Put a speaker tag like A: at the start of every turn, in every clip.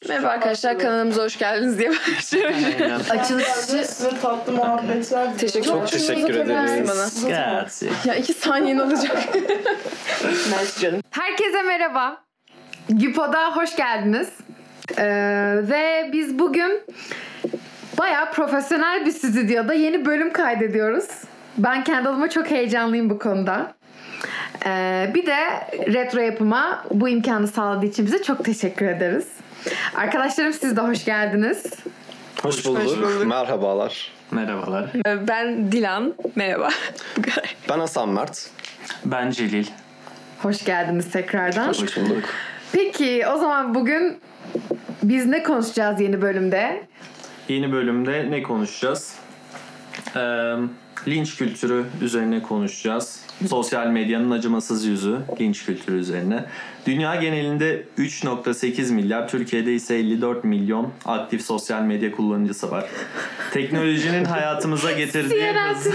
A: Merhaba arkadaşlar, kanalımıza hoş geldiniz diye başlıyorum.
B: Açılışçı
C: ve tatlı muhabbetler.
A: Çok teşekkür ederiz.
B: Grazie.
A: Ya 2 saniyen olacak. Nice canım.
B: Herkese merhaba. Güpo'da hoş geldiniz. Ve biz bugün bayağı profesyonel bir stüdyoda yeni bölüm kaydediyoruz. Ben kendi adıma çok heyecanlıyım bu konuda. Bir de Retro Yapım'a bu imkanı sağladığı için bize çok teşekkür ederiz. Arkadaşlarım, siz de hoş geldiniz.
D: Hoş bulduk. Merhabalar.
E: Merhabalar.
A: Ben Dilan. Merhaba.
D: Ben Hasan Mert.
E: Ben Celil.
B: Hoş geldiniz tekrardan.
D: Hoş bulduk.
B: Peki o zaman bugün biz ne konuşacağız yeni bölümde?
E: Yeni bölümde ne konuşacağız? Linç kültürü üzerine konuşacağız. Sosyal medyanın acımasız yüzü linç kültürü üzerine. Dünya genelinde 3.8 milyar, Türkiye'de ise 54 milyon aktif sosyal medya kullanıcısı var. Teknolojinin hayatımıza getirdiği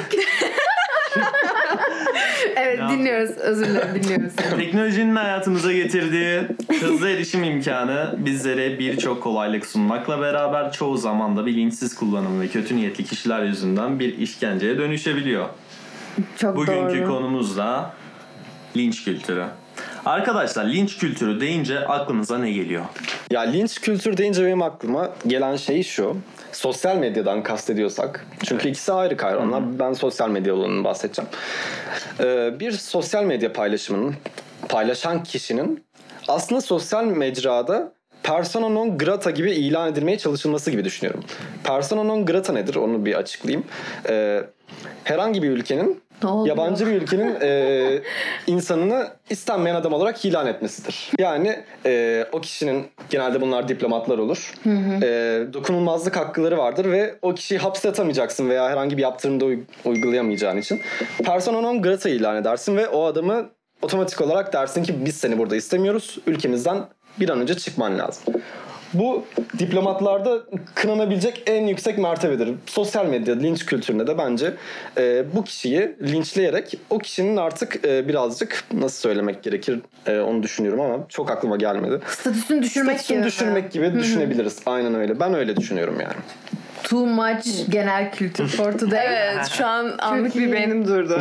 B: Evet, dinliyoruz. Özür dilerim, dinliyoruz.
E: Teknolojinin hayatımıza getirdiği hızlı erişim imkanı bizlere birçok kolaylık sunmakla beraber çoğu zaman da bilinçsiz kullanım ve kötü niyetli kişiler yüzünden bir işkenceye dönüşebiliyor.
B: Çok
E: Bugünkü
B: doğru.
E: konumuz da linç kültürü. Arkadaşlar, linç kültürü deyince aklınıza ne geliyor?
D: Ya linç kültürü deyince benim aklıma gelen şey şu. Sosyal medyadan kastediyorsak. Çünkü ikisi ayrı kavramlar. Ben sosyal medya olanını bahsedeceğim. Bir sosyal medya paylaşımının, paylaşan kişinin aslında sosyal mecrada persona non grata gibi ilan edilmeye çalışılması gibi düşünüyorum. Persona non grata nedir? Onu bir açıklayayım. Herhangi bir ülkenin, yabancı bir ülkenin insanını istenmeyen adam olarak ilan etmesidir. Yani o kişinin, genelde bunlar diplomatlar olur, dokunulmazlık hakları vardır ve o kişiyi hapse atamayacaksın veya herhangi bir yaptırımda uygulayamayacağın için persona non grata ilan edersin ve o adamı otomatik olarak dersin ki biz seni burada istemiyoruz, ülkemizden bir an önce çıkman lazım. Bu diplomatlarda kınanabilecek en yüksek mertebedir. Sosyal medya linç kültüründe de bence bu kişiyi linçleyerek o kişinin artık birazcık nasıl söylemek gerekir onu düşünüyorum ama çok aklıma gelmedi.
B: Statüsünü düşürmek
D: gibi düşünebiliriz. Aynen öyle. Ben öyle düşünüyorum yani.
B: Too much genel kültür for today.
A: Evet, şu an anlık bir beynim durdu.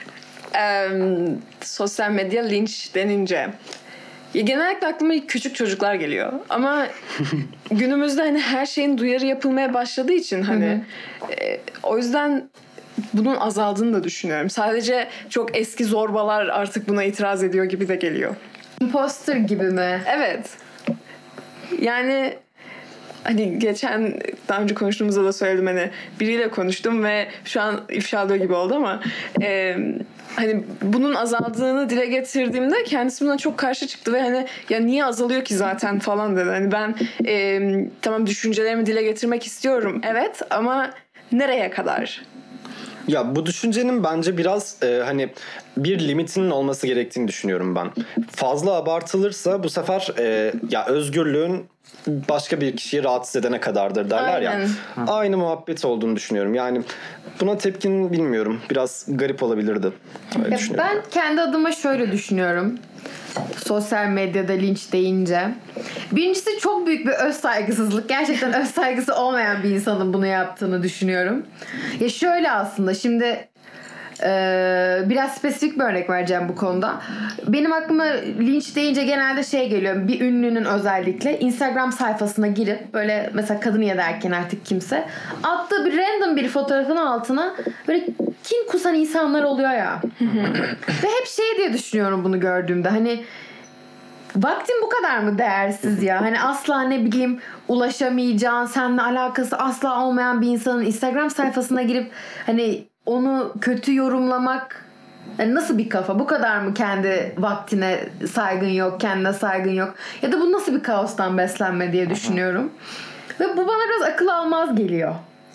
A: Sosyal medya linç denince genellikle aklıma ilk küçük çocuklar geliyor. Ama günümüzde hani her şeyin duyarı yapılmaya başladığı için hani o yüzden bunun azaldığını da düşünüyorum. Sadece çok eski zorbalar artık buna itiraz ediyor gibi de geliyor.
B: Imposter gibi mi?
A: Evet. Yani hani geçen daha önce konuştuğumuzda da söyledim, hani biriyle konuştum ve şu an ifşalıyor gibi oldu ama hani bunun azaldığını dile getirdiğimde kendisi buna çok karşı çıktı ve hani ya niye azalıyor ki zaten falan dedi. Hani ben tamam düşüncelerimi dile getirmek istiyorum, evet, ama nereye kadar?
D: Ya bu düşüncenin bence biraz hani bir limitinin olması gerektiğini düşünüyorum ben. Fazla abartılırsa bu sefer ya özgürlüğün başka bir kişiyi rahatsız edene kadardır derler.
A: Aynen.
D: Ya. Aynı muhabbet olduğunu düşünüyorum. Yani buna tepkin bilmiyorum. Biraz garip olabilirdi. Öyle düşünüyorum.
B: Ben kendi adıma şöyle düşünüyorum. Sosyal medyada linç deyince. Birincisi çok büyük bir öz saygısızlık. Gerçekten öz saygısı olmayan bir insanın bunu yaptığını düşünüyorum. Ya şöyle aslında şimdi biraz spesifik bir örnek vereceğim bu konuda. Benim aklıma linç deyince genelde şey geliyor. Bir ünlünün özellikle Instagram sayfasına girip böyle mesela kadın ya da erken artık kimse attığı bir random bir fotoğrafın altına böyle kin kusan insanlar oluyor ya. Ve hep şey diye düşünüyorum bunu gördüğümde. Hani vaktin bu kadar mı değersiz ya? Hani asla ne bileyim ulaşamayacağın, seninle alakası asla olmayan bir insanın Instagram sayfasına girip hani onu kötü yorumlamak, yani nasıl bir kafa? Bu kadar mı kendi vaktine saygın yok, kendine saygın yok? Ya da bu nasıl bir kaostan beslenme diye düşünüyorum. Ve bu bana biraz akıl almaz geliyor.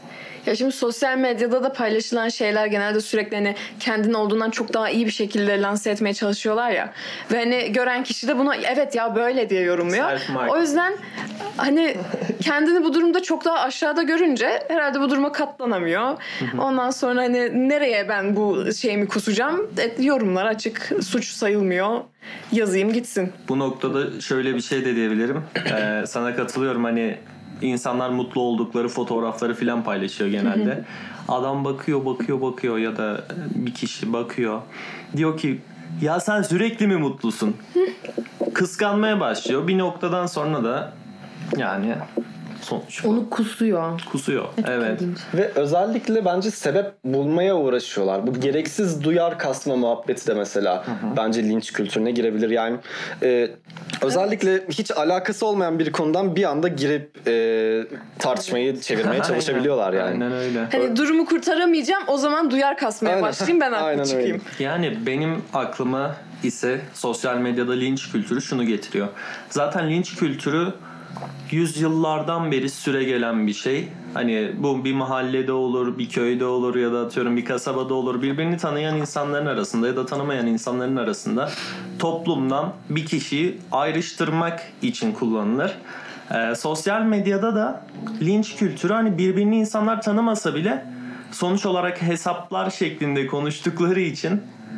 A: Ya şimdi sosyal medyada da paylaşılan şeyler genelde sürekli hani kendin olduğundan çok daha iyi bir şekilde lanse etmeye çalışıyorlar ya. Ve hani gören kişi de bunu evet ya böyle diye yorumluyor. O yüzden hani kendini bu durumda çok daha aşağıda görünce herhalde bu duruma katlanamıyor. Ondan sonra hani nereye ben bu şeyimi kusacağım? Yorumlar açık, suç sayılmıyor. Yazayım gitsin.
E: Bu noktada şöyle bir şey de diyebilirim. Sana katılıyorum, hani insanlar mutlu oldukları fotoğrafları filan paylaşıyor genelde. Adam bakıyor ya da bir kişi bakıyor. Diyor ki ya sen sürekli mi mutlusun? Kıskanmaya başlıyor. Bir noktadan sonra da yani sonuç
B: Onu kusuyor.
E: kusuyor. Evet.
B: İlginç.
D: Ve özellikle bence sebep bulmaya uğraşıyorlar. Bu gereksiz duyar kasma muhabbeti de mesela bence linç kültürüne girebilir. Yani özellikle hiç alakası olmayan bir konudan bir anda girip tartışmayı çevirmeye çalışabiliyorlar yani.
E: Aynen öyle.
A: Hani durumu kurtaramayacağım, o zaman duyar kasmaya
D: Aynen.
A: başlayayım, ben haklı
D: Aynen
A: çıkayım.
D: öyle.
E: Yani benim aklıma ise sosyal medyada linç kültürü şunu getiriyor. Zaten linç kültürü yüzyıllardan beri süregelen bir şey. Hani bu bir mahallede olur, bir köyde olur ya da atıyorum bir kasabada olur. Birbirini tanıyan insanların arasında ya da tanımayan insanların arasında toplumdan bir kişiyi ayrıştırmak için kullanılır. Sosyal medyada da linç kültürü, hani birbirini insanlar tanımasa bile sonuç olarak hesaplar şeklinde konuştukları için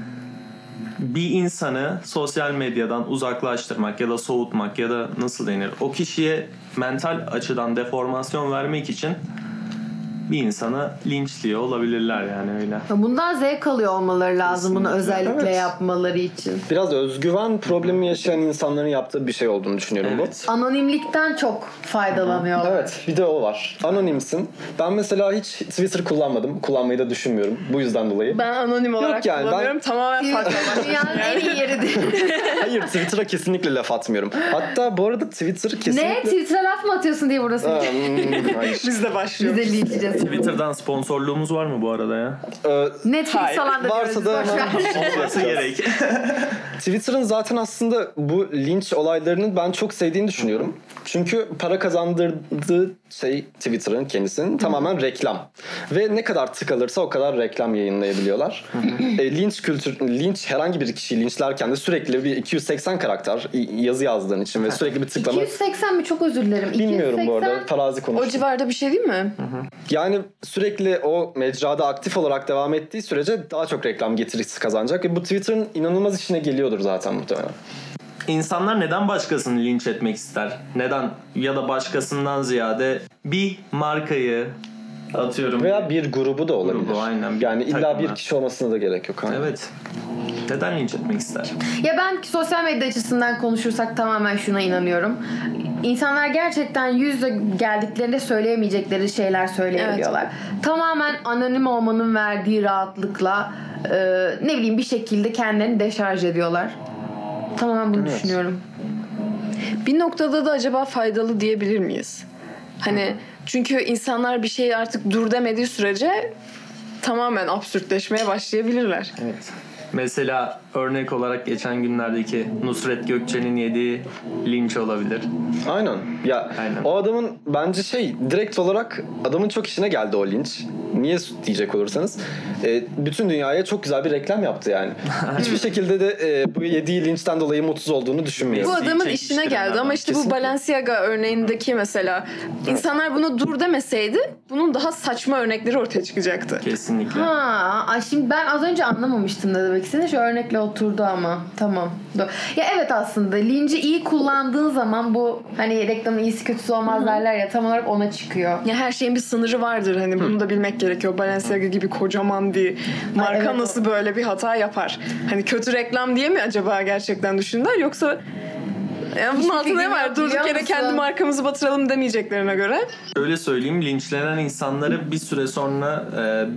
E: bir insanı sosyal medyadan uzaklaştırmak ya da soğutmak ya da nasıl denir, o kişiye mental açıdan deformasyon vermek için bir insanı linçliyor olabilirler yani öyle.
B: Bundan zevk alıyor olmaları lazım bunu özellikle
D: Evet.
B: yapmaları için.
D: Biraz özgüven problemi yaşayan insanların yaptığı bir şey olduğunu düşünüyorum
E: Evet.
D: bu.
B: Anonimlikten çok faydalanıyorlar.
D: Evet, bir de o var. Anonimsin. Ben mesela hiç Twitter kullanmadım. Kullanmayı da düşünmüyorum. Bu yüzden dolayı.
A: Ben anonim olarak
D: yani,
A: kullanıyorum. Tamamen farklı.
B: Dünyanın en iyi yeri değil.
D: Hayır, Twitter'a kesinlikle laf atmıyorum. Hatta bu arada Twitter kesinlikle...
B: Ne? Twitter'a laf mı atıyorsun diye buradasın.
D: Hayır.
A: Biz de başlıyoruz.
B: Biz de linçleyeceğiz.
E: Twitter'dan sponsorluğumuz var mı bu arada ya?
B: Netflix
A: Hayır.
B: falan da
D: Varsa
B: diyoruz.
D: da
B: boş ver.
D: hemen
E: Olması gerek.
D: Twitter'ın zaten aslında bu linç olaylarını ben çok sevdiğini düşünüyorum. Çünkü para kazandırdığı şey Twitter'ın kendisinin tamamen reklam. Ve ne kadar tık alırsa o kadar reklam yayınlayabiliyorlar. Linç herhangi bir kişiyi linçlerken de sürekli bir 280 karakter yazı yazdığın için ve sürekli bir tıklama.
B: 280 mi? Çok özür dilerim.
D: Bilmiyorum
B: 280...
D: bu arada. Farazi
A: O
D: konuştum.
A: civarda bir şey değil mi?
D: Yani sürekli o mecrada aktif olarak devam ettiği sürece daha çok reklam getirisi kazanacak ve bu Twitter'ın inanılmaz işine geliyordur zaten muhtemelen.
E: İnsanlar neden başkasını linç etmek ister? Neden? Ya da başkasından ziyade bir markayı atıyorum.
D: Veya bir grubu da olabilir.
E: Grubu, aynen.
D: Yani illa
E: Takımı.
D: bir kişi olmasına da gerek yok. Aynen.
E: Evet. Neden linç etmek ister?
B: Ya ben sosyal medya açısından konuşursak tamamen şuna inanıyorum. İnsanlar gerçekten yüzle geldiklerinde söyleyemeyecekleri şeyler söyleyebiliyorlar. Tamamen anonim olmanın verdiği rahatlıkla ne bileyim bir şekilde kendilerini deşarj ediyorlar. Tamamen bunu düşünüyorum.
A: Bir noktada da acaba faydalı diyebilir miyiz? Hani çünkü insanlar bir şey artık dur demediği sürece tamamen absürtleşmeye başlayabilirler.
E: Evet. Mesela örnek olarak geçen günlerdeki Nusret Gökçe'nin yediği linç olabilir.
D: Aynen. Ya
E: Aynen.
D: o adamın bence direkt olarak adamın çok işine geldi o linç. Niye diyecek olursanız bütün dünyaya çok güzel bir reklam yaptı yani. Hiçbir şekilde de bu yediği linçten dolayı mutsuz olduğunu düşünmüyorum.
A: Bu adamın
E: çekiştiren
A: işine geldi
E: adam.
A: ama işte bu
D: Kesinlikle.
A: Balenciaga örneğindeki mesela insanlar buna dur demeseydi bunun daha saçma örnekleri ortaya çıkacaktı.
E: Kesinlikle.
B: Ay şimdi ben az önce anlamamıştım ne demek istediğini. Şu örnekle oturdu ama. Tamam. Ya evet aslında linci iyi kullandığın zaman bu hani reklamın iyisi kötüsü olmaz derler ya tam olarak ona çıkıyor.
A: Ya her şeyin bir sınırı vardır hani bunu da bilmek gerekiyor. Balenciaga gibi kocaman bir marka
B: evet,
A: nasıl böyle bir hata yapar? Hani kötü reklam diye mi acaba gerçekten düşündüler yoksa bunun
B: Hiçbir
A: altında ne
B: fikrim
A: var?
B: yok,
A: Durduk
B: biliyor
A: yere
B: musun?
A: kendi markamızı batıralım demeyeceklerine göre.
E: Şöyle söyleyeyim, linçlenen insanları bir süre sonra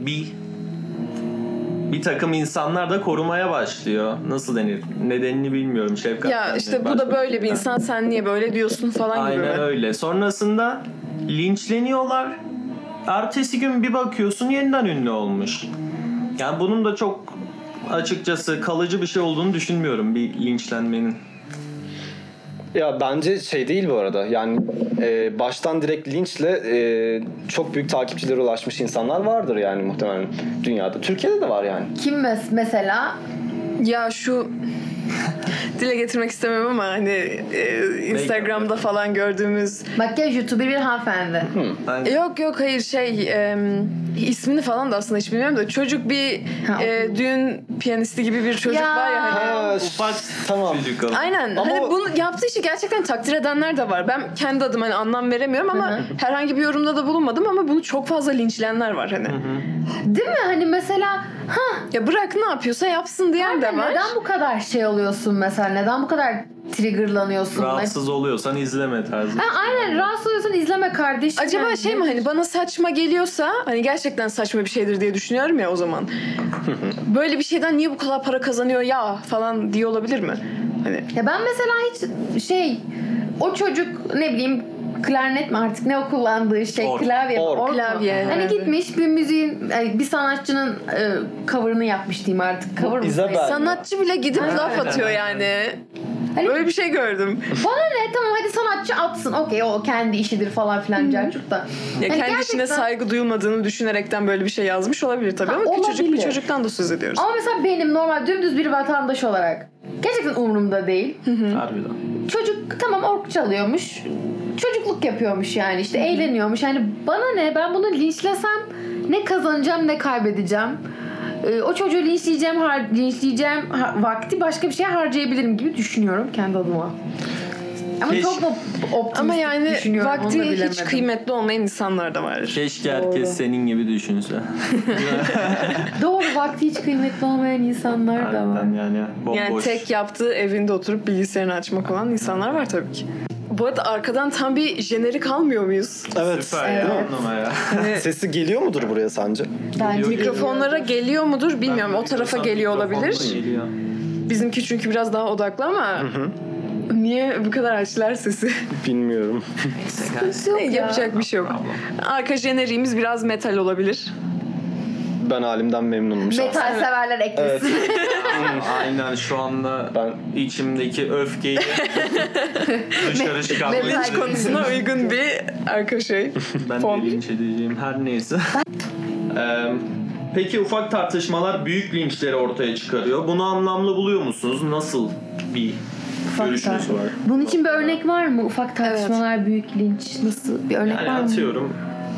E: bir takım insanlar da korumaya başlıyor. Nasıl denir? Nedenini bilmiyorum. Şefkat.
A: Ya işte bu da böyle bir insan sen niye böyle diyorsun falan gibi.
E: Aynen öyle. Sonrasında linçleniyorlar. Ertesi gün bir bakıyorsun yeniden ünlü olmuş. Yani bunun da çok açıkçası kalıcı bir şey olduğunu düşünmüyorum bir linçlenmenin.
D: Ya bence şey değil bu arada. Yani baştan direkt linçle çok büyük takipçilere ulaşmış insanlar vardır yani muhtemelen dünyada. Türkiye'de de var yani.
B: Kim mesela?
A: Ya şu dile getirmek istemem ama hani Instagram'da falan gördüğümüz
B: Makyaj YouTuber bir hanımefendi.
E: Bence
A: yok hayır ismini falan da aslında hiç bilmiyorum da çocuk bir düğün piyanisti gibi bir çocuk
B: Ya.
A: var ya hani.
E: ufak
D: Tamam.
E: çocuk ama.
A: Aynen.
D: Ama
A: hani
D: o-
A: bunu yaptığı işi gerçekten takdir edenler de var. Ben kendi adıma hani anlam veremiyorum ama herhangi bir yorumda da bulunmadım ama bunu çok fazla linçleyenler var hani.
B: Değil mi? Hani mesela
A: Ya bırak ne yapıyorsa yapsın diyen de var.
B: neden bu kadar şey oluyorsun mesela? Neden bu kadar triggerlanıyorsun?
E: Rahatsız oluyorsan izleme tarzı.
B: Aynen, rahatsız oluyorsan izleme kardeşim.
A: Acaba
B: yani.
A: şey mi hani bana saçma geliyorsa hani gerçekten saçma bir şeydir diye düşünüyorum ya o zaman. Böyle bir şeyden niye bu kadar para kazanıyor ya falan diye olabilir mi? Hani
B: Ya ben mesela hiç o çocuk ne bileyim klarnet mi artık ne o kullandığı şey
E: Org.
B: klavye mi?
D: Org.
B: Org mu?
A: Klavye,
B: Hani
A: evet.
B: gitmiş bir müziğin bir sanatçının cover'ını yapmış diyeyim artık. Cover mı?
D: Isabel.
A: sanatçı bile gidip laf atıyor yani.
B: Hani
A: Böyle bir şey gördüm.
B: bana ne, tamam hadi sanatçı atsın. Okey, o kendi işidir falan filan carçuk da.
A: Ya
B: Hani
A: kendi
B: gerçekten-
A: işine saygı duyulmadığını düşünerekten böyle bir şey yazmış olabilir tabii
B: Ha,
A: ama küçücük bir
B: olabilir.
A: çocuktan da söz ediyoruz.
B: Ama mesela benim normal dümdüz bir vatandaş olarak gerçekten umurumda değil.
E: Harbiden.
B: Çocuk tamam org çalıyormuş. Çocukluk yapıyormuş yani işte eğleniyormuş. Yani bana ne, ben bunu linçlesem ne kazanacağım ne kaybedeceğim. O çocuğu linçleyeceğim vakti başka bir şeye harcayabilirim gibi düşünüyorum kendi adıma. Ama
E: Keş-
B: çok mu optimistik
A: Ama yani
B: düşünüyorum, onu da
A: vakti hiç
B: bilemedim.
A: kıymetli olmayan insanlar da var.
E: Keşke herkes senin gibi düşünse.
B: Doğru, vakti hiç kıymetli olmayan insanlar da var.
E: Harbiden yani bomboş.
A: Yani tek yaptığı evinde oturup bilgisayarını açmak olan insanlar var tabii ki. Bu arada arkadan tam bir jenerik almıyor muyuz?
D: Evet.
E: Süper ya, anlama ya.
D: Sesi geliyor mudur buraya sence?
B: Bence
A: Mikrofonlara geliyor mudur bilmiyorum. O tarafa geliyor olabilir.
E: Geliyor.
A: Bizimki çünkü biraz daha odaklı ama niye bu kadar açtılar sesi?
D: Bilmiyorum.
A: Yapacak bir şey yok. Arka jeneriğimiz biraz metal olabilir.
D: Ben halimden memnunum şu an.
B: metal severler eklesin.
E: Aynen şu anda
D: Ben
E: içimdeki öfkeyi dışarı çıkarmak
A: Metal
E: için
A: konusuna uygun bir arka şey.
E: ben
A: Fon.
E: de linç edeceğim her neyse. Peki ufak tartışmalar büyük linçleri ortaya çıkarıyor. Bunu anlamlı buluyor musunuz? Nasıl bir görüşünüz var?
B: Bunun için bir örnek var mı? Ufak tartışmalar, büyük linç. Nasıl bir örnek
E: Yani
B: var mı?
E: atıyorum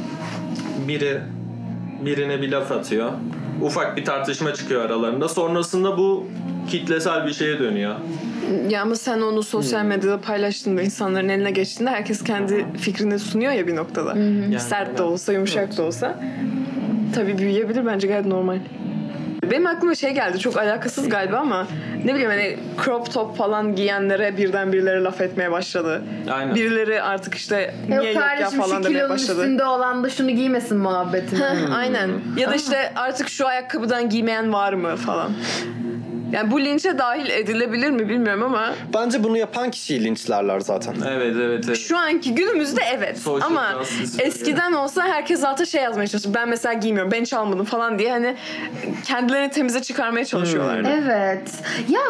E: birine bir laf atıyor. Ufak bir tartışma çıkıyor aralarında. Sonrasında bu kitlesel bir şeye dönüyor.
A: Ya ama sen onu sosyal medyada paylaştığında insanların eline geçtiğinde herkes kendi fikrini sunuyor ya bir noktada. Sert de olsa yumuşak da olsa. Tabii büyüyebilir, bence gayet normal. Benim aklıma şey geldi, çok alakasız galiba ama ne bileyim hani crop top falan giyenlere birden birileri laf etmeye başladı.
E: Aynen.
A: Birileri artık işte niye
B: Yok
A: yok ya
B: kardeşim,
A: falan
B: şu
A: demeye
B: kilonun
A: başladı.
B: üstünde olan da şunu giymesin muhabbetini.
A: Aynen. Ya da işte artık şu ayakkabıdan giymeyen var mı falan. Yani bu linçe dahil edilebilir mi bilmiyorum ama
D: bence bunu yapan kişiyi linçlerler zaten.
E: Evet.
A: şu anki günümüzde evet.
E: Social
A: Ama
E: justice
A: eskiden olsa herkes alta şey yazmaya çalışıyor. Ben mesela giymiyorum, ben çalmadım falan diye hani kendilerini temize çıkarmaya çalışıyorlardı.
B: Evet. Ya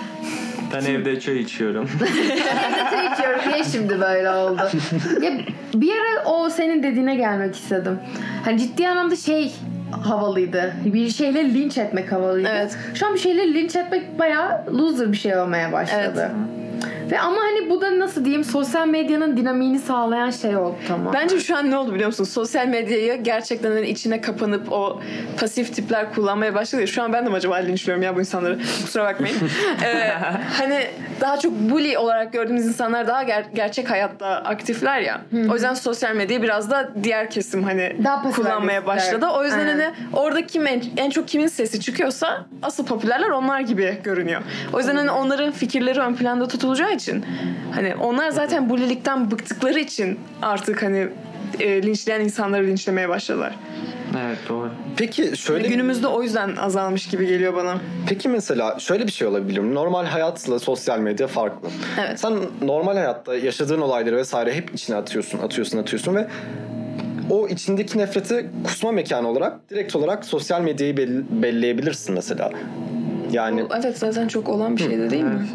E: Ben evde çay içiyorum.
B: evde içiyorum. Niye şimdi böyle oldu? Ya bir ara o senin dediğine gelmek istedim. Hani ciddi anlamda şey havalıydı. Bir şeyle linç etmek havalıydı.
A: Evet.
B: Şu an bir şeyle linç etmek bayağı loser bir şey olmaya başladı. Ve ama hani bu da nasıl diyeyim, sosyal medyanın dinamiğini sağlayan şey oldu tamam.
A: Bence şu an ne oldu biliyor musun? Sosyal medyayı gerçekten hani içine kapanıp o pasif tipler kullanmaya başladı. Şu an ben de mi acaba linçliyorum ya bu insanları? Kusura bakmayın. Hani daha çok bully olarak gördüğümüz insanlar daha gerçek hayatta aktifler ya. O yüzden sosyal medyayı biraz da diğer kesim hani
B: Daha pasif
A: kullanmaya
B: agresifler.
A: başladı. O yüzden
B: Aynen.
A: hani orada kim en çok kimin sesi çıkıyorsa asıl popülerler onlar gibi görünüyor. O yüzden hani onların fikirleri ön planda tutulacağı için hani onlar zaten bullylikten bıktıkları için artık hani linçleyen insanları linçlemeye başladılar.
E: Evet doğru.
D: Peki şöyle
A: Günümüzde o yüzden azalmış gibi geliyor bana.
D: Peki mesela şöyle bir şey olabilir mi? Normal hayatla sosyal medya farklı.
A: Evet.
D: Sen normal hayatta yaşadığın olayları vesaire hep içine atıyorsun ve o içindeki nefreti kusma mekanı olarak direkt olarak sosyal medyayı belleyebilirsin mesela. Yani
A: Evet zaten çok olan bir şey de değil mi?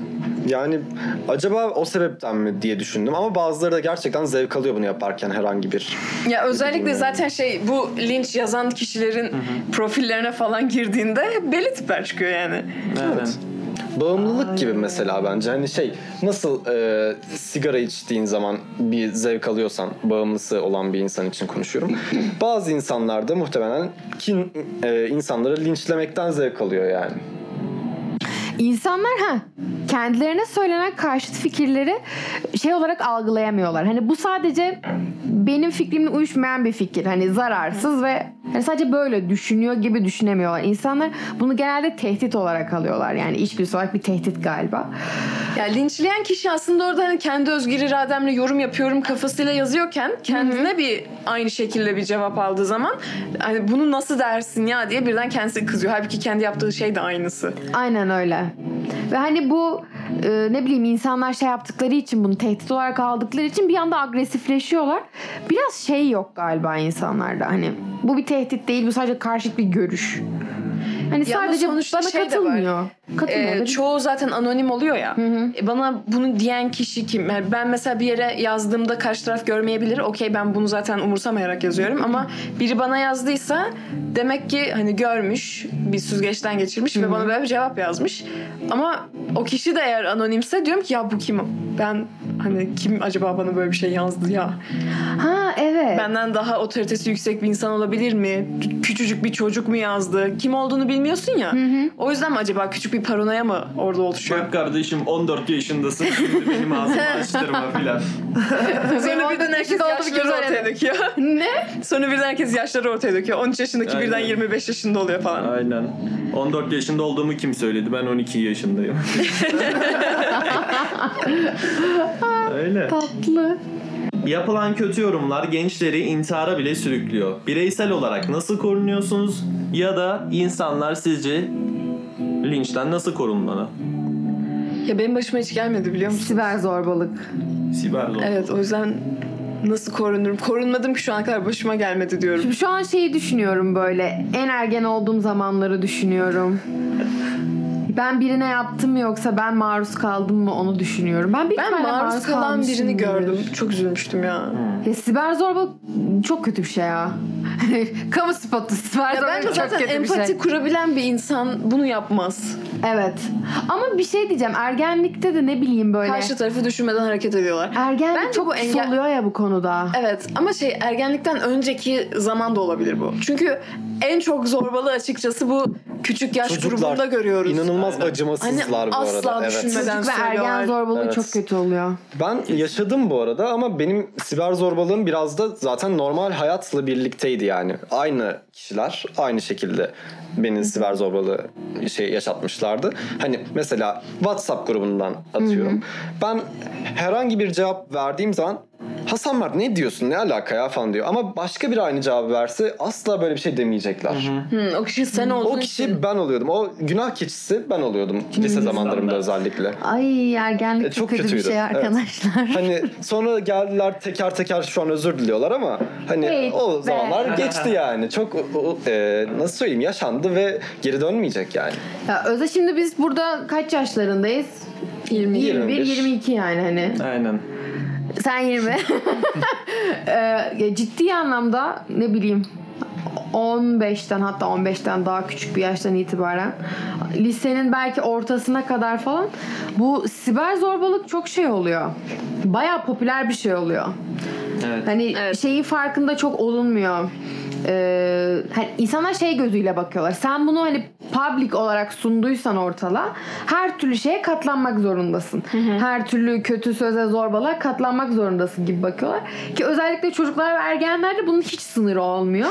D: Yani acaba o sebepten mi diye düşündüm ama bazıları da gerçekten zevk alıyor bunu yaparken herhangi bir.
A: Ya özellikle zaten bu linç yazan kişilerin profillerine falan girdiğinde belli tipler çıkıyor yani.
E: Evet.
D: Bağımlılık gibi mesela bence. Hani nasıl sigara içtiğin zaman bir zevk alıyorsan, bağımlısı olan bir insan için konuşuyorum. Bazı insanlar da muhtemelen insanları linçlemekten zevk alıyor yani.
B: İnsanlar kendilerine söylenen karşıt fikirleri olarak algılayamıyorlar. Hani bu sadece benim fikrimle uyuşmayan bir fikir. Hani zararsız ve sadece böyle düşünüyor gibi düşünemiyorlar. İnsanlar bunu genelde tehdit olarak alıyorlar. Yani içgüdüsü olarak bir tehdit galiba.
A: Ya linçleyen kişi aslında orada kendi özgür irademle yorum yapıyorum kafasıyla yazıyorken kendine bir aynı şekilde bir cevap aldığı zaman hani bunu nasıl dersin ya diye birden kendisi kızıyor. Halbuki kendi yaptığı şey de aynısı.
B: Aynen öyle. Ve hani bu insanlar yaptıkları için, bunu tehdit olarak aldıkları için bir anda agresifleşiyorlar. Biraz yok galiba insanlarda. Hani bu bir tehdit değil, bu sadece karşıt bir görüş. Hani
A: Ya
B: sadece
A: sonuçta
B: bana katılmıyor.
A: Çoğu zaten anonim oluyor ya. Bana bunu diyen kişi kim? Yani ben mesela bir yere yazdığımda karşı taraf görmeyebilir. Okey, ben bunu zaten umursamayarak yazıyorum ama biri bana yazdıysa demek ki hani görmüş, bir süzgeçten geçirmiş ve bana böyle bir cevap yazmış. Ama o kişi de eğer anonimse diyorum ki ya bu kim? Ben hani kim acaba bana böyle bir şey yazdı ya?
B: Evet.
A: Benden daha otoritesi yüksek bir insan olabilir mi? Küçücük bir çocuk mu yazdı? Kim olduğunu bilmiyorsun ya. O yüzden mi acaba küçük bir paranoya mı orada oluşuyor?
E: Bak kardeşim 14 yaşındasın. Şimdi benim ağzımı açtırma filan.
A: Sonra birden herkes yaşları ortaya döküyor.
B: Ne?
A: Sonra birden herkes yaşları ortaya döküyor. 13 yaşındaki birden 25 yaşında oluyor falan.
E: Aynen. 14 yaşında olduğumu kim söyledi? Ben 12 yaşındayım. Öyle.
B: Tatlı.
E: Yapılan kötü yorumlar gençleri intihara bile sürüklüyor. Bireysel olarak nasıl korunuyorsunuz? Ya da insanlar sizce linçten nasıl korunmalı?
A: Ya benim başıma hiç gelmedi biliyor musun?
B: Siber zorbalık.
E: Siber zorbalık.
A: Evet, o yüzden nasıl korunurum? Korunmadım ki şu ana kadar, başıma gelmedi diyorum.
B: Şimdi şu an düşünüyorum böyle. En ergen olduğum zamanları düşünüyorum. Ben birine yaptım mı yoksa ben maruz kaldım mı onu düşünüyorum. Ben
A: maruz kalan birini gördüm. Çok üzülmüştüm ya.
B: Ya siber zorbalık çok kötü bir şey ya. Kamu spotu, siber
A: Ya
B: zorbalık
A: bence
B: çok
A: zaten
B: kötü bir
A: empati
B: şey.
A: kurabilen bir insan bunu yapmaz.
B: Evet. Ama bir şey diyeceğim. Ergenlikte de ne bileyim böyle.
A: Karşı tarafı düşünmeden hareket ediyorlar.
B: Ergenlik
A: Bence
B: çok
A: bu
B: pis oluyor ya bu konuda.
A: Evet ama ergenlikten önceki zaman da olabilir bu. Çünkü en çok zorbalığı açıkçası bu küçük yaş grubunda görüyoruz.
D: İnanılmaz acımasızlar
A: Hani
D: bu arada.
A: asla düşünmeden
B: Çocuk ve ergen
A: söylüyorlar.
B: zorbalığı
D: Evet.
B: çok kötü oluyor.
D: Ben yaşadım bu arada ama benim siber zorbalığım biraz da zaten normal hayatla birlikteydi yani. Aynı kişiler aynı şekilde beni siber zorbalığı yaşatmışlardı. Hani mesela WhatsApp grubundan atıyorum. Ben herhangi bir cevap verdiğim zaman Hasan Mert ne diyorsun, ne alaka ya falan diyor. Ama başka biri aynı cevabı verse asla böyle bir şey demeyecekler.
A: O kişi sen olduğun
D: O kişi ben oluyordum. O günah keçisi ben oluyordum. Lise zamanlarımda özellikle.
B: Ay ergenlik çok kötü bir
D: kötüydü.
B: şey arkadaşlar.
D: Evet. Hani sonra geldiler teker teker şu an özür diliyorlar ama hani
B: Evet
D: o
B: be.
D: zamanlar geçti yani. Çok nasıl söyleyeyim, yaşandı ve geri dönmeyecek yani.
B: Ya Özde, şimdi biz burada kaç yaşlarındayız?
A: 20,
B: 21, 22 yani hani.
E: Aynen.
B: Sen 20. Ya ciddi anlamda ne bileyim 15'ten, hatta 15'ten daha küçük bir yaştan itibaren lisenin belki ortasına kadar falan bu siber zorbalık çok oluyor. Bayağı popüler bir şey oluyor.
E: Evet.
B: Hani şeyi farkında çok olunmuyor. Hani insanlar gözüyle bakıyorlar. Sen bunu hani public olarak sunduysan ortalığa her türlü şeye katlanmak zorundasın. Her türlü kötü söze, zorbalığa katlanmak zorundasın gibi bakıyorlar. Ki özellikle çocuklar ve ergenlerde bunun hiç sınırı olmuyor.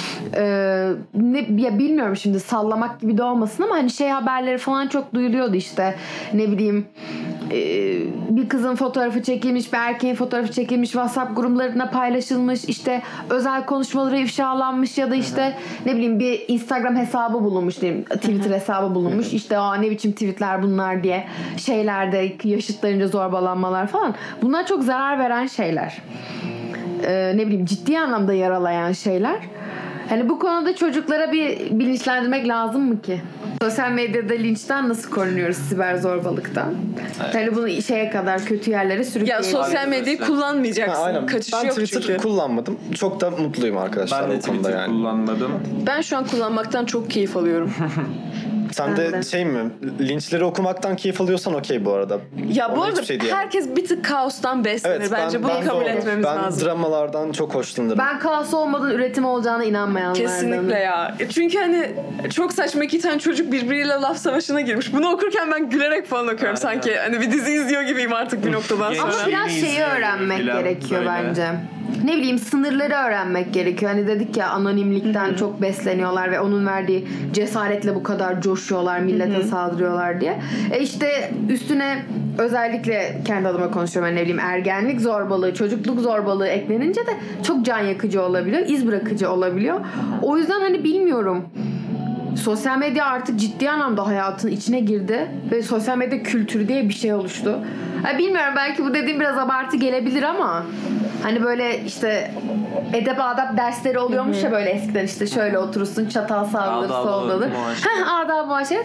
B: Ya bilmiyorum, şimdi sallamak gibi de olmasın ama hani haberleri falan çok duyuluyordu işte. Ne bileyim bir kızın fotoğrafı çekilmiş, bir erkeğin fotoğrafı çekilmiş, WhatsApp gruplarına paylaşılmış, işte özel konuşmaları ifşalanmış ya da işte ne bileyim bir Instagram hesabı bulunmuş, diyeyim, Twitter hesabı bulunmuş, işte ne biçim tweetler bunlar diye şeylerde yaşıtlarınca zorbalanmalar falan. Bunlar çok zarar veren şeyler. Ne bileyim ciddi anlamda yaralayan şeyler. Hani bu konuda çocuklara bir bilinçlendirmek lazım mı ki? Sosyal medyada linçten nasıl korunuyoruz, siber zorbalıktan?
E: Evet.
B: Yani bunu şeye kadar, kötü yerlere
A: Ya
B: sürükleyebiliriz.
A: sosyal medyayı kullanmayacaksın.
D: Aynen.
A: Kaçış
D: Ben
A: yok
D: Twitter
A: çünkü.
D: kullanmadım. Çok da mutluyum arkadaşlar
E: Ben de
D: bu konuda
E: Twitter
D: yani.
E: kullanmadım.
A: Ben şu an kullanmaktan çok keyif alıyorum.
D: Sen
B: Ben
D: de
B: de.
D: şey mi? Linçleri okumaktan keyif alıyorsan okey bu arada.
A: Ya bu
D: Ona
A: arada
D: hiçbir şey diyemem.
A: herkes bir tık kaostan beslenir. Bence bunu kabul
D: de-
A: etmemiz
D: ben
A: lazım.
D: dramalardan çok hoşlanırım.
B: Ben kaos olmadan üretim olacağına inanmayanlardanım.
A: Kesinlikle ya. Çünkü hani çok saçma, 2 tane çocuk birbiriyle laf savaşına girmiş. Bunu okurken ben gülerek falan okuyorum.
E: Aynen.
A: Sanki hani bir dizi izliyor gibiyim artık bir noktadan
E: Ama
B: Ama
A: sonra.
B: biraz şeyi
E: izliyor
B: öğrenmek
E: filan
B: gerekiyor
E: böyle.
B: bence. Ne bileyim, sınırları öğrenmek gerekiyor. Hani dedik ya, anonimlikten çok besleniyorlar ve onun verdiği cesaretle bu kadar coşuyorlar, millete saldırıyorlar diye. İşte üstüne özellikle kendi adıma konuşuyorum, ne bileyim, ergenlik zorbalığı, çocukluk zorbalığı eklenince de çok can yakıcı olabiliyor, iz bırakıcı olabiliyor. O yüzden hani bilmiyorum. Sosyal medya artık ciddi anlamda hayatın içine girdi ve sosyal medya kültürü diye bir şey oluştu. Ha, bilmiyorum, belki bu dediğim biraz abartı gelebilir ama hani böyle işte edep adap dersleri oluyormuş ya böyle eskiden, işte şöyle oturursun, çatal savrulur,
E: Adab-ı
B: soldadır.
E: muaşeret.
B: Adab-ı muaşeret.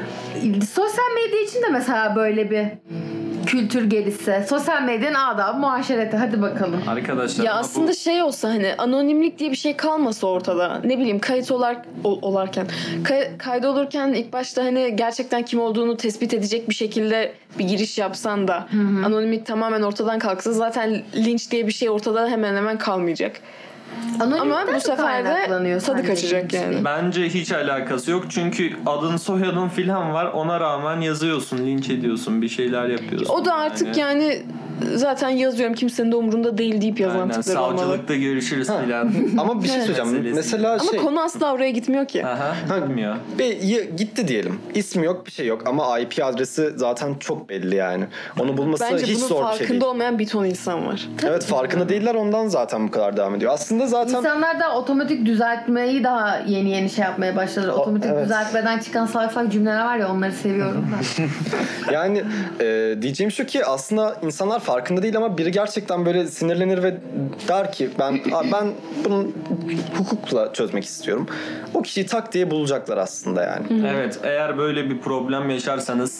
B: Sosyal medya için de mesela böyle bir kültür gelişse, sosyal medyanın adab-ı muaşereti, hadi bakalım.
E: Arkadaşlar
A: Ya
E: ama
A: aslında şey olsa, hani anonimlik diye bir şey kalmasa ortada. Ne bileyim, kayıt olarken kaydolurken ilk başta hani gerçekten kim olduğunu tespit edecek bir şekilde bir giriş yapsan da anonimlik tamamen ortadan kalksa zaten linç diye bir şey ortada hemen hemen kalmayacak.
B: Anonimlikten
A: Ama bu
B: mi
A: sefer de
B: kaynaklanıyor
A: tadı
B: sence
A: kaçacak
B: linç?
A: yani.
E: bence hiç alakası yok. Çünkü adın soyadın filan var. Ona rağmen yazıyorsun, linç ediyorsun, bir şeyler yapıyorsun.
A: O da artık yani zaten yazıyorum, kimsenin de umurunda değil deyip yazan
E: Aynen,
A: tipler olmalı.
E: savcılıkta görüşürüz filan.
D: Ama bir şey söyleyeceğim.
E: Meselesi.
D: Mesela
A: Ama
D: şey...
A: konu asla oraya gitmiyor ki.
E: Aha, bilmiyor.
D: Gitti diyelim. İsmi yok, bir şey yok ama IP adresi zaten çok belli yani. Onu bulması
A: Bence
D: hiç
A: bunun
D: zor bir şey değil.
A: farkında olmayan bir ton insan var.
D: Evet, farkında değiller, ondan zaten bu kadar devam ediyor. Aslında zaten
B: İnsanlar da otomatik düzeltmeyi daha yeni şey yapmaya başladılar. Otomatik
D: evet.
B: düzeltmeden çıkan salak salak cümleler var ya, onları seviyorum ben.
D: yani diyeceğim şu ki aslında insanlar farkında değil ama biri gerçekten böyle sinirlenir ve der ki ben bunu hukukla çözmek istiyorum. O kişiyi tak diye bulacaklar aslında yani.
E: Evet, eğer böyle bir problem yaşarsanız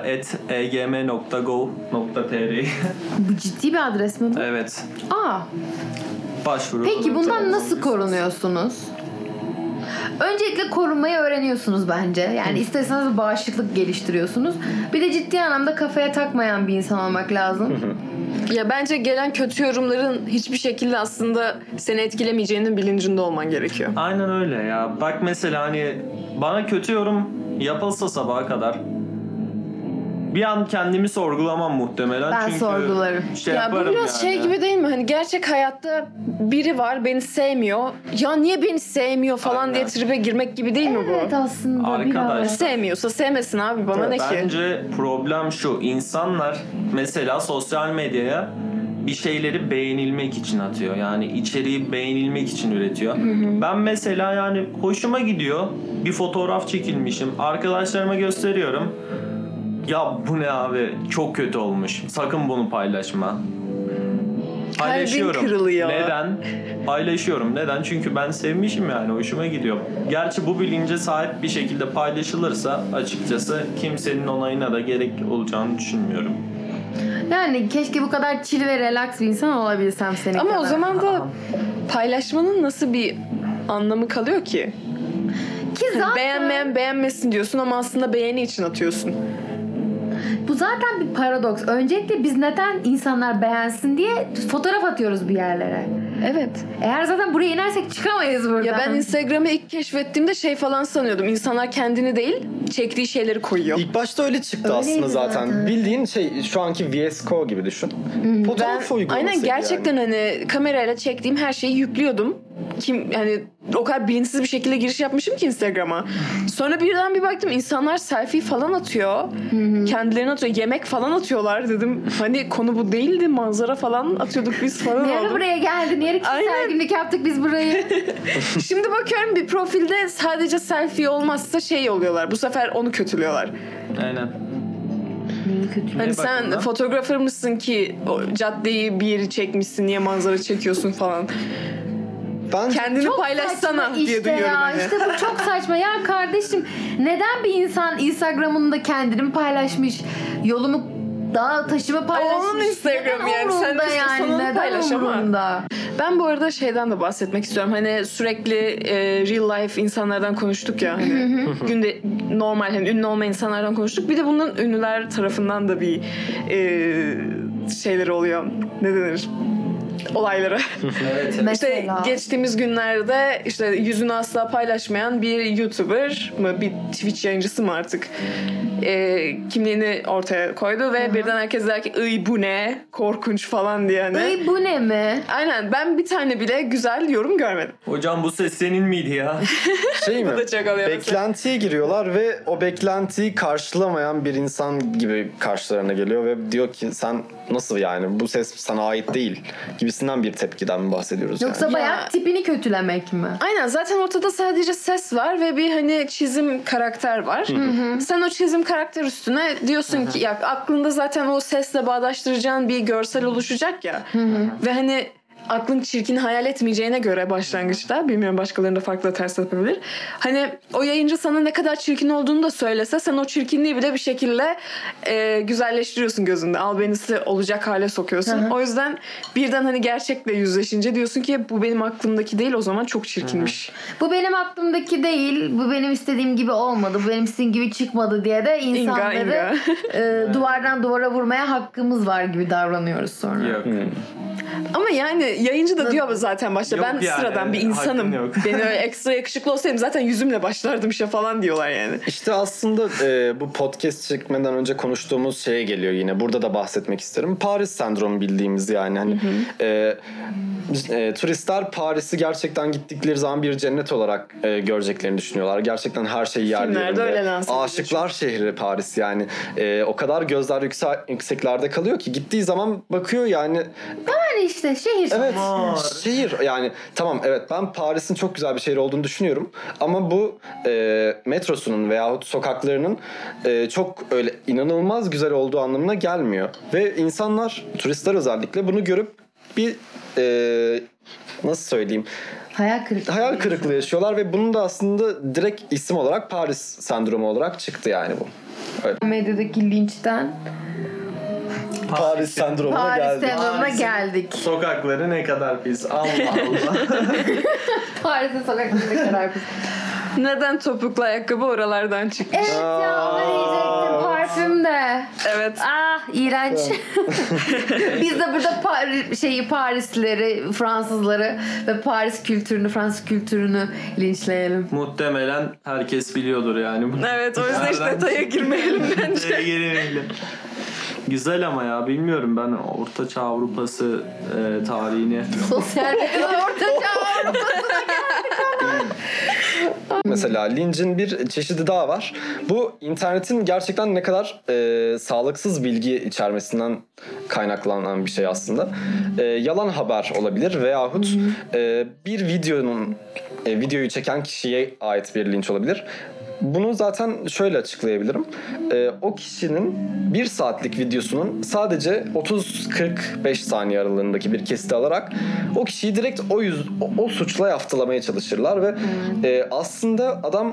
E: siber@egm.gov.tr
B: Bu ciddi bir adres mi bu?
E: Evet,
B: Aa.
E: başvuru.
B: Peki bundan nasıl korunuyorsunuz? Öncelikle korunmayı öğreniyorsunuz bence. Yani isterseniz bağışıklık geliştiriyorsunuz. Bir de ciddi anlamda kafaya takmayan bir insan olmak lazım.
A: Ya bence gelen kötü yorumların hiçbir şekilde aslında seni etkilemeyeceğinin bilincinde olman gerekiyor.
E: Aynen öyle ya. Bak mesela hani bana kötü yorum yapılsa sabaha kadar bir an kendimi sorgulamam muhtemelen.
B: Ben
E: çünkü
B: sorgularım.
E: Şey
A: Ya bu
E: yaparım
A: biraz
E: yani.
A: şey gibi değil mi? Hani gerçek hayatta biri var, beni sevmiyor. Ya niye beni sevmiyor falan
E: Aynen.
A: diye tribe girmek gibi değil mi bu?
B: Evet, aslında
E: Arkadaş.
B: biraz.
A: Sevmiyorsa sevmesin abi, bana ne ki?
E: Bence problem şu. İnsanlar mesela sosyal medyaya bir şeyleri beğenilmek için atıyor. Yani içeriği beğenilmek için üretiyor. Ben mesela yani hoşuma gidiyor. Bir fotoğraf çekilmişim. Arkadaşlarıma gösteriyorum. Ya bu ne abi? Çok kötü olmuş. Sakın bunu paylaşma. Paylaşıyorum.
A: kırılıyor.
E: Neden? Paylaşıyorum. Neden? Çünkü ben sevmişim yani. Hoşuma gidiyor. Gerçi bu bilince sahip bir şekilde paylaşılırsa açıkçası kimsenin onayına da gerek olacağını düşünmüyorum.
B: Yani keşke bu kadar chill ve relax bir insan olabilsem senin
A: Ama
B: kadar.
A: o zaman da paylaşmanın nasıl bir anlamı kalıyor ki?
B: Ki zaten
A: Beğenmeyen beğenmesin diyorsun ama aslında beğeni için atıyorsun.
B: bu zaten bir paradoks. Öncelikle biz neden insanlar beğensin diye fotoğraf atıyoruz bir yerlere.
A: Evet.
B: Eğer zaten buraya inersek çıkamayız buradan.
A: Ya ben Instagram'ı ilk keşfettiğimde şey falan sanıyordum. İnsanlar kendini değil, çektiği şeyleri koyuyor.
D: İlk başta öyle çıktı
B: Öyleydi
D: aslında zaten.
B: zaten.
D: Bildiğin şey şu anki VS Code gibi düşün. Fotoğraf uygulaması.
A: Aynen, gerçekten hani kamerayla çektiğim her şeyi yüklüyordum. Yani o kadar bilinçsiz bir şekilde giriş yapmışım ki Instagram'a. Sonra birden bir baktım insanlar selfie falan atıyor. Kendilerini atıyor. Yemek falan atıyorlar dedim. Hani konu bu değildi. Manzara falan atıyorduk biz falan
B: Ne ara
A: oldu.
B: buraya geldi? Niye kişisel
A: Aynen.
B: günlük yaptık biz burayı?
A: Şimdi bakıyorum bir profilde sadece selfie olmazsa şey oluyorlar. Bu sefer onu kötülüyorlar.
E: Aynen.
B: Neyi kötü?
A: Hani
E: Ne
A: sen
E: bakımdan?
A: fotoğrafır mısın ki o caddeyi bir yeri çekmişsin, niye manzara çekiyorsun falan.
D: Ben
A: Kendini
B: Çok
A: paylaşsana
B: saçma
A: diye
B: işte
A: duyuyorum
B: ya.
A: hani.
B: İşte bu çok saçma. Ya kardeşim, neden bir insan Instagram'ında kendini paylaşmış, yolumu dağ taşımı paylaşmış?
A: Onun Instagram'ı
B: Neden
A: yani. Sen
B: umurunda
A: istiyorsan onu
B: Neden
A: paylaş ama.
B: umurunda?
A: Ben bu arada şeyden de bahsetmek istiyorum. Hani sürekli real life insanlardan konuştuk ya. Hani günde normal hani ünlü olmayan insanlardan konuştuk. Bir de bunun ünlüler tarafından da bir şeyleri oluyor. Ne denir? Olayları.
E: Evet.
A: İşte
B: Mesela.
A: geçtiğimiz günlerde işte yüzünü asla paylaşmayan bir YouTuber mı, bir Twitch yayıncısı mı artık kimliğini ortaya koydu ve birden herkes der ki "Iy bu ne? Korkunç" falan diye hani.
B: Ay bu ne mi?
A: Aynen, ben bir tane bile güzel yorum görmedim.
E: Hocam bu ses senin miydi ya?
D: şey mi?
A: Bu da çok alıyor
D: Beklentiye giriyorlar ve o beklentiyi karşılamayan bir insan gibi karşılarına geliyor ve diyor ki sen nasıl yani, bu ses sana ait değil gibisinden bir tepkiden mi bahsediyoruz
B: Yoksa
D: yani?
B: bayağı
A: Ya-
B: tipini kötülemek mi?
A: Aynen, zaten ortada sadece ses var ve bir hani çizim karakter var. Sen o çizim karakter üstüne diyorsun ki ya aklında zaten o sesle bağdaştıracağın bir görsel oluşacak ya. Ve hani aklın çirkin hayal etmeyeceğine göre başlangıçta, bilmiyorum başkalarında farklı ters yapabilir. Hani o yayıncı sana ne kadar çirkin olduğunu da söylese sen o çirkinliği bile bir şekilde güzelleştiriyorsun gözünde. Albenisi olacak hale sokuyorsun. O yüzden birden hani gerçekle yüzleşince diyorsun ki bu benim aklımdaki değil, o zaman çok çirkinmiş.
B: Bu benim aklımdaki değil, bu benim istediğim gibi olmadı, bu benim istediğim gibi çıkmadı diye de insanları duvardan duvara vurmaya hakkımız var gibi davranıyoruz sonra.
E: Yok.
A: Ama yani yayıncı da diyor zaten başta
E: Yok
A: ben
E: yani,
A: sıradan bir insanım.
E: hakkım yok.
A: Beni öyle ekstra yakışıklı olsaydım zaten yüzümle başlardım işe falan diyorlar yani.
D: İşte aslında bu podcast çekmeden önce konuştuğumuz şeye geliyor yine. Burada da bahsetmek isterim. Paris sendromu bildiğimiz yani. Hani turistler Paris'i gerçekten gittikleri zaman bir cennet olarak göreceklerini düşünüyorlar. Gerçekten her şey
A: Filmlerde öyle
D: yerlerinde.
A: lanse ediliyor.
D: Aşıklar şehri Paris yani. O kadar gözler yükseklerde kalıyor ki gittiği zaman bakıyor yani.
B: Yani işte şehir.
D: Evet, şehir yani tamam, evet, ben Paris'in çok güzel bir şehir olduğunu düşünüyorum ama bu metrosunun veyahut sokaklarının çok öyle inanılmaz güzel olduğu anlamına gelmiyor ve insanlar, turistler özellikle bunu görüp bir nasıl söyleyeyim, hayal kırıklığı yaşıyorlar ve bunun da aslında direkt isim olarak Paris sendromu olarak çıktı yani bu. Evet.
B: Medyadaki linçten
D: Paris sendromuna
B: Paris
D: geldik.
B: sendromuna geldik.
E: Sokakları ne kadar pis. Allah Allah.
B: Paris'in sokaklarında kadar pis.
A: Neden topuklu ayakkabı oralardan çıkmış?
B: Evet ya, onu diyecektim. Parfüm de.
A: Evet.
B: Ah, iğrenç. Biz de burada Parislileri, Fransızları ve Paris kültürünü, Fransız kültürünü linçleyelim.
E: Muhtemelen herkes biliyordur yani.
A: Evet, o yüzden hiç
E: Nereden-
A: detaya girmeyelim bence.
E: Detaya girmeyelim. Güzel ama ya bilmiyorum, ben Ortaçağ Avrupası tarihini.
B: Sosyal medyada ortaçağ Avrupa'sına geldik.
D: Mesela Lynch'in bir çeşidi daha var. Bu internetin gerçekten ne kadar sağlıksız bilgi içermesinden kaynaklanan bir şey aslında. Yalan haber olabilir veyahut bir videoyu çeken kişiye ait bir linç olabilir. Bunu zaten şöyle açıklayabilirim. O kişinin 1 saatlik videosunun sadece 30-45 saniye aralığındaki bir kesiti alarak o kişiyi direkt o suçla yaftalamaya çalışırlar ve aslında adam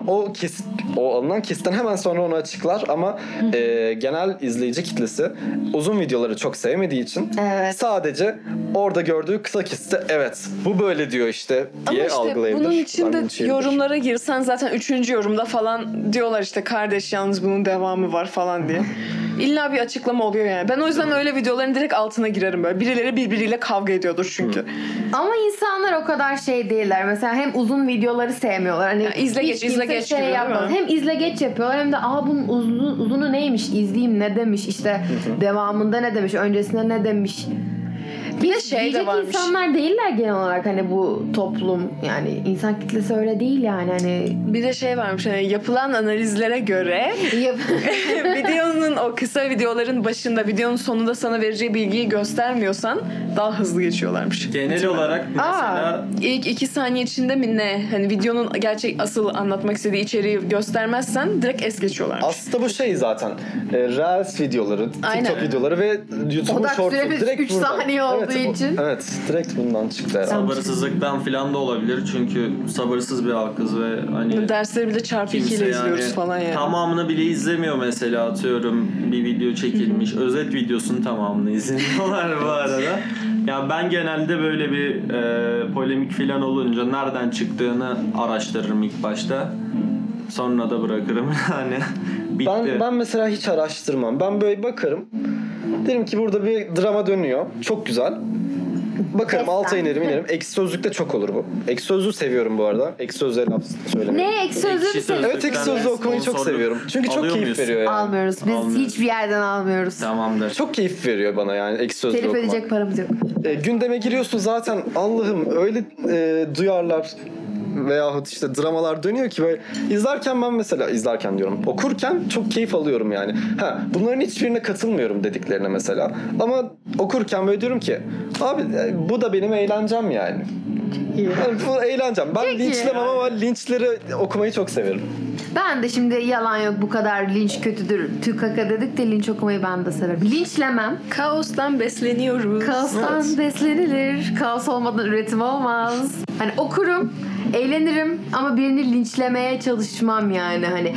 D: o alınan kesitten hemen sonra onu açıklar ama genel izleyici kitlesi uzun videoları çok sevmediği için sadece orada gördüğü kısa kesiti evet bu böyle diyor işte diye
A: Ama işte
D: algılayabilir.
A: bunun içinde
D: Linç yiyebilir.
A: yorumlara girsen zaten 3. yorumda falan diyorlar işte kardeş yalnız bunun devamı var falan diye. İlla bir açıklama oluyor yani. Ben o yüzden öyle videoların direkt altına girerim böyle. Birileri birbiriyle kavga ediyordur çünkü.
B: Ama insanlar o kadar şey değiller. Mesela hem uzun videoları sevmiyorlar. Hani
A: Ya izle
B: hiç
A: geç, izle
B: kimse
A: geç gibi, değil
B: yapmaz.
A: mi?
B: Hem izle geç yapıyorlar hem de bunun uzunu neymiş, izleyeyim ne demiş, işte devamında ne demiş, öncesinde ne demiş.
A: Bir de şey de
B: diyecek
A: varmış.
B: insanlar değiller genel olarak, hani bu toplum, yani insan kitlesi öyle değil yani, hani
A: Bir de şey varmış hani yapılan analizlere göre videonun o kısa videoların başında videonun sonunda sana vereceği bilgiyi göstermiyorsan daha hızlı geçiyorlarmış.
E: Genel olarak mesela
A: İlk 2 saniye içinde mi ne? Hani videonun gerçek asıl anlatmak istediği içeriği göstermezsen direkt es geçiyorlarmış.
D: Aslında bu şey zaten Reels videoları, TikTok
A: Aynen.
D: videoları ve YouTube'un
B: Odak
D: shorts'u
B: süremiz
D: direkt
B: 3
D: burada.
B: saniye oldu için.
D: Evet, direkt bundan çıktı herhalde.
E: Sabırsızlıktan falan da olabilir çünkü sabırsız bir halkız ve hani
A: Dersleri bile çarpı 2 ile izliyoruz falan yani.
E: tamamını bile izlemiyor mesela, atıyorum bir video çekilmiş özet videosunun tamamını izliyorlar bu arada. Ya ben genelde böyle bir polemik falan olunca nereden çıktığını araştırırım ilk başta. Sonra da bırakırım yani. Bitti.
D: Ben mesela hiç araştırmam. Ben böyle bakarım. Derim ki burada bir drama dönüyor. Çok güzel. Bakarım
B: Destan.
D: alta inerim. Ekşi Sözlük'te çok olur bu. Ekşi Sözlüğü seviyorum bu arada. Ekşi Sözlüğe laf söylemeyi.
B: Ne ekşi sözlüğü
E: Ekşi
B: mü
E: Sözlük'ten
D: Evet, Ekşi Sözlüğü okumayı çok
E: sponsorluk
D: seviyorum. Çünkü çok
E: alıyor
D: keyif
E: muyuz?
D: veriyor yani.
B: Almıyoruz. Biz
E: Almıyoruz.
B: hiçbir yerden almıyoruz.
E: Tamamdır.
D: Çok keyif veriyor bana yani Ekşi Sözlüğü
B: Telif
D: okumak.
B: edecek paramız yok.
D: Gündeme giriyorsun zaten, Allah'ım öyle duyarlar veyahut işte dramalar dönüyor ki böyle izlerken, ben mesela izlerken diyorum, okurken çok keyif alıyorum yani. Bunların hiçbirine katılmıyorum dediklerine mesela. Ama okurken böyle diyorum ki abi bu da benim eğlencem yani. Yani bu eğlencem. Ben
B: Peki.
D: linçlemem ama linçleri okumayı çok severim.
B: Ben de şimdi yalan yok, bu kadar linç kötüdür. Tükaka dedik de linç okumayı ben de severim. Linçlemem.
A: Kaostan besleniyoruz.
B: Kaostan
D: Evet.
B: beslenilir. Kaos olmadan üretim olmaz. Hani okurum, eğlenirim ama birini linçlemeye çalışmam yani. Hani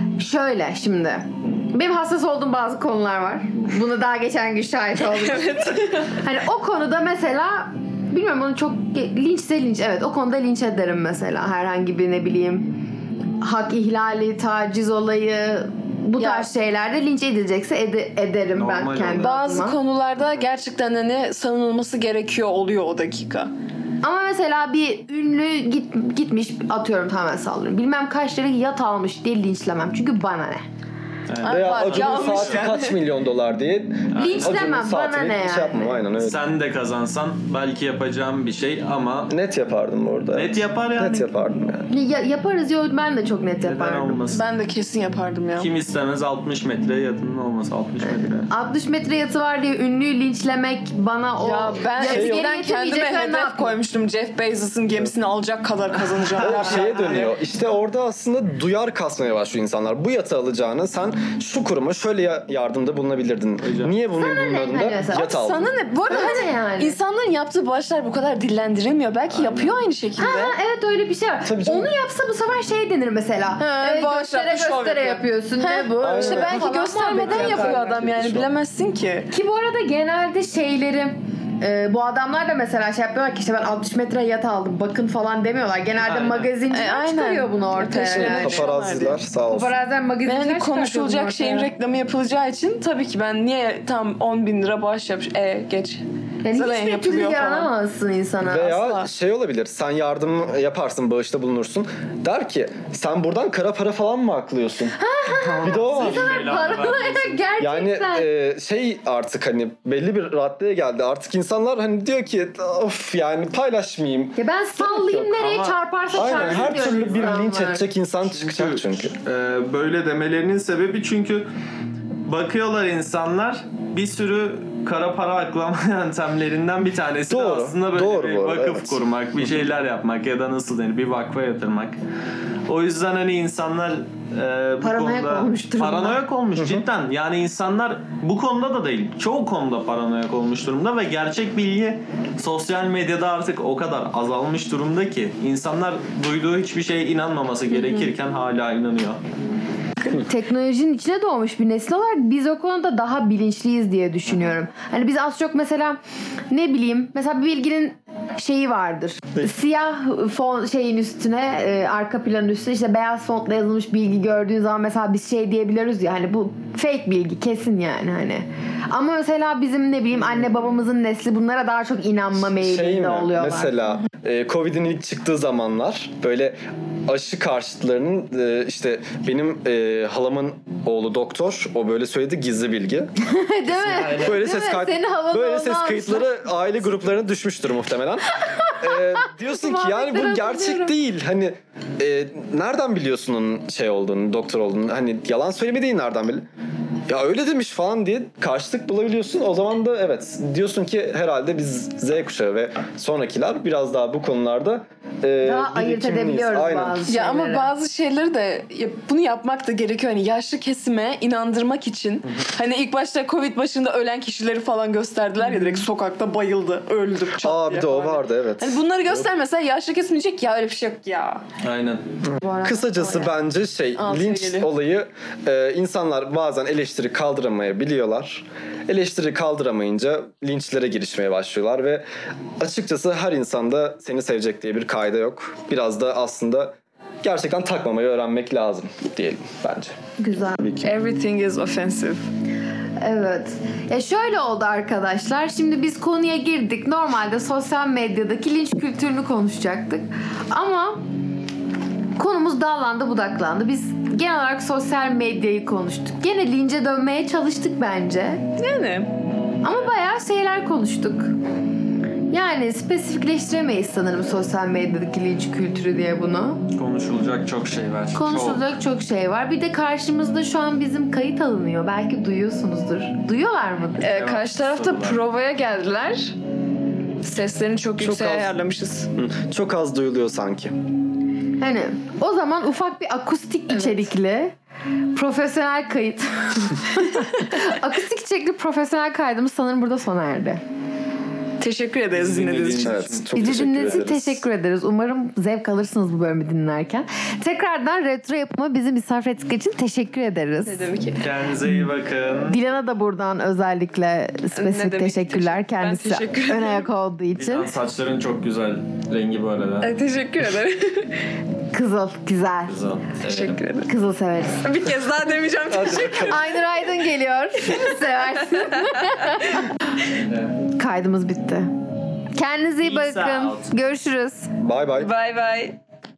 B: şöyle şimdi. Benim hassas olduğum bazı konular var. Bunu daha geçen gün şahit oldum. Hani o konuda mesela bilmiyorum, onu çok linçse linç. Evet, o konuda linç ederim mesela. Herhangi bir ne bileyim hak ihlali, taciz olayı, bu
A: Ya,
B: tarz şeylerde linç edilecekse ederim ben
E: Normal
B: kendi
A: Bazı
B: adıma.
A: konularda gerçekten hani savunulması gerekiyor oluyor o dakika.
B: Ama mesela bir ünlü gitmiş, atıyorum tamamen sallıyorum, bilmem kaç lira yat almış diye linçlemem. Çünkü bana ne?
D: Veya
A: Bak,
D: Acun'un
A: yanlış
D: saati
A: yani.
D: kaç milyon dolar diye
B: Linçlemem,
D: Acun'un
B: bana
D: saatini
B: ne
D: şey
B: yani?
D: yapmam, aynen öyle.
E: Sen de kazansan belki yapacağım bir şey ama
D: Net yapardım orada.
E: net yapar yani.
D: Net yapardım yani.
B: Yaparız yo, ben de çok net
E: Neden
B: yapardım.
E: olmasın?
A: Ben de kesin yapardım ya.
E: Kim istemez 60 metre yatının olması, 60 metre.
B: 60 metre yatı var diye ünlüyü linçlemek bana o...
A: Ya ben
B: yatı
A: eskiden
B: geri
A: kendime
B: getirmeyecek, ben ne
A: hedef
B: yapayım?
A: koymuştum. Jeff Bezos'un gemisini alacak kadar kazanacağım.
D: O şeye dönüyor. İşte orada aslında duyar kasmaya başlıyor insanlar. Bu yatı alacağını sen şu kuruma şöyle yardımda bulunabilirdin. Niye bunu bulunmadın da
B: Hani mesela?
D: yat aldın?
A: Sana ne? Bu arada
B: Sana ne yani?
A: insanların yaptığı bağışlar bu kadar dillendirilmiyor. Belki yapıyor aynı şekilde.
B: Ha, evet öyle bir şey var.
D: Tabii canım.
B: Onu yapsa bu sefer şey denir mesela.
A: bağış
B: Göstere
A: yaptı, şov
B: göstere
A: yapıyor.
B: yapıyorsun. Ne bu?
D: Aynen.
A: İşte belki
B: Falan
A: göstermeden
B: muhabbeti
A: yapıyor
B: yaparlar.
A: adam yani, bilemezsin ki.
B: Ki bu arada genelde şeyleri bu adamlar da mesela şey yapıyorlar ki işte ben 60 metre yat aldım bakın falan demiyorlar. Genelde
E: Aynen.
B: magazinciler
A: Aynen.
B: çıkarıyor bunu ortaya.
A: Peşine
B: Yani.
D: Paparazziler sağ olsun.
B: Paparazziler,
A: Ve
B: magazinciler
A: hani
B: çıkartıyor bunu
A: konuşulacak şeyin
B: ortaya.
A: reklamı yapılacağı için tabii ki ben niye tam 10.000 lira bağış yapmış. Geç.
B: Yani
A: Zaten
B: hiçbir türlü
A: yapılıyor falan.
B: yaranamazsın insana.
D: Veya
A: asla.
D: şey olabilir, sen yardım yaparsın, bağışta bulunursun. Der ki sen buradan kara para falan mı aklıyorsun? Bir de o var.
B: Gerçekten.
D: Yani şey artık hani belli bir raddeye geldi. Artık insanlar hani diyor ki of yani paylaşmayayım.
B: Ya ben sallayayım
D: Yok.
B: nereye
E: Ama-
B: çarparsa
D: Aynen,
B: çarpsın
D: her
B: diyor
D: türlü bir
B: insanlar.
D: linç edecek insan çıkacak çünkü.
E: Böyle demelerinin sebebi çünkü bakıyorlar insanlar bir sürü kara para aklama yöntemlerinden bir tanesi de
D: Doğru,
E: aslında böyle
D: doğru
E: bir
D: bu arada,
E: vakıf
D: evet.
E: kurmak, bir şeyler yapmak ya da nasıl denir bir vakfa yatırmak. O yüzden hani insanlar bu
B: Paranoyak
E: konuda
B: olmuş durumda.
E: paranoyak olmuş cidden. Yani insanlar bu konuda da değil, çoğu konuda paranoyak olmuş durumda ve gerçek bilgi sosyal medyada artık o kadar azalmış durumda ki insanlar duyduğu hiçbir şeye inanmaması gerekirken hala inanıyor.
B: Teknolojinin içine doğmuş bir nesil olarak biz o konuda daha bilinçliyiz diye düşünüyorum. Hani biz az çok mesela ne bileyim mesela bir bilginin şeyi vardır. Siyah fon şeyin üstüne arka planın üstüne işte beyaz fontla yazılmış bilgi gördüğün zaman mesela biz şey diyebiliriz ya hani bu fake bilgi kesin yani hani. Ama mesela bizim ne bileyim anne babamızın nesli bunlara daha çok inanma meyilinde
D: Şey mi?
B: oluyorlar.
D: Mesela Covid'in ilk çıktığı zamanlar böyle aşı karşıtlarının işte benim halamın oğlu doktor, o böyle söyledi, gizli bilgi.
B: Değil mi?
D: Böyle
B: Değil
D: ses
B: mi?
D: kayıt,
B: Senin havanı
D: böyle
B: ona
D: ses
B: almışlar.
D: kayıtları aile gruplarına düşmüştür muhtemelen. Diyorsun ki yani bu
B: Muhabbetleri
D: gerçek
B: hatırlıyorum.
D: değil. Hani nereden biliyorsun onun şey olduğunu, doktor olduğunu? Hani yalan söylemediğini nereden bil? Ya öyle demiş falan diye karşılık bulabiliyorsun. O zaman da evet diyorsun ki herhalde biz Z kuşağı ve sonrakiler biraz daha bu konularda
B: Daha ayırt
D: birikimliyiz.
B: edebiliyoruz
D: Aynen.
B: bazı şeyleri.
A: Ya ama bazı şeyleri de bunu yapmak da gerekiyor. Hani yaşlı kesime inandırmak için. Hani ilk başta Covid başında ölen kişileri falan gösterdiler ya, direkt sokakta bayıldı, öldü. çat
D: Bir
A: diye
D: de o
A: falan.
D: vardı, evet.
A: Hani bunları göstermesen yaşlı kesim diyecek ya öyle bir şey yok ya.
E: Aynen.
D: Kısacası bence linç
A: geliyor.
D: olayı, insanlar bazen eleştiri kaldıramayabiliyorlar. Eleştiri kaldıramayınca linçlere girişmeye başlıyorlar ve açıkçası her insanda seni sevecek diye bir kaide yok. Biraz da aslında gerçekten takmamayı öğrenmek lazım diyelim bence.
B: Güzel.
A: Everything is offensive.
B: Evet. Ya şöyle oldu arkadaşlar. Şimdi biz konuya girdik. Normalde sosyal medyadaki linç kültürünü konuşacaktık. Ama konumuz dallandı budaklandı. Biz genel olarak sosyal medyayı konuştuk. Gene lince dönmeye çalıştık bence.
A: Yani
B: Ama bayağı şeyler konuştuk. Yani spesifikleştiremeyiz sanırım sosyal medyadaki linç kültürü diye bunu.
E: Konuşulacak çok şey var.
B: Konuşulacak çok şey var. Bir de karşımızda şu an bizim kayıt alınıyor. Belki duyuyorsunuzdur. Duyuyorlar mıdır?
A: karşı tarafta
E: sorular.
A: provaya geldiler. Seslerini çok yükseğe
D: az.
A: ayarlamışız.
D: Çok az duyuluyor sanki.
B: Hani o zaman ufak bir akustik içerikli profesyonel kayıt. Akustik içerikli profesyonel kaydımız sanırım burada sona erdi.
A: Teşekkür ederiz dinlediğiniz için.
D: Evet, çok
B: Bizi
D: teşekkür
B: dinlediğiniz için
D: ederiz.
B: teşekkür ederiz. Umarım zevk alırsınız bu bölümü dinlerken. Tekrardan retro yapıma bizi misafir ettiğiniz için teşekkür ederiz.
A: Ne demek ki?
E: Kendinize iyi bakın.
B: Dilan'a da buradan özellikle spesifik
A: demek
B: teşekkürler.
A: ben
B: Kendisi
A: teşekkür ederim.
B: ön ayak olduğu için.
E: Dilan, saçların çok güzel rengi bu arada.
A: Teşekkür ederim.
B: Kızıl, güzel.
E: Güzel.
A: Teşekkür ederim.
B: Kızıl severiz.
A: Bir kez daha demeyeceğim.
B: Aynur Aydın geliyor. Seversin. Kaydımız bitti. Kendinize iyi
E: Peace
B: bakın.
E: out.
B: Görüşürüz.
D: Bye bye.
A: Bye bye.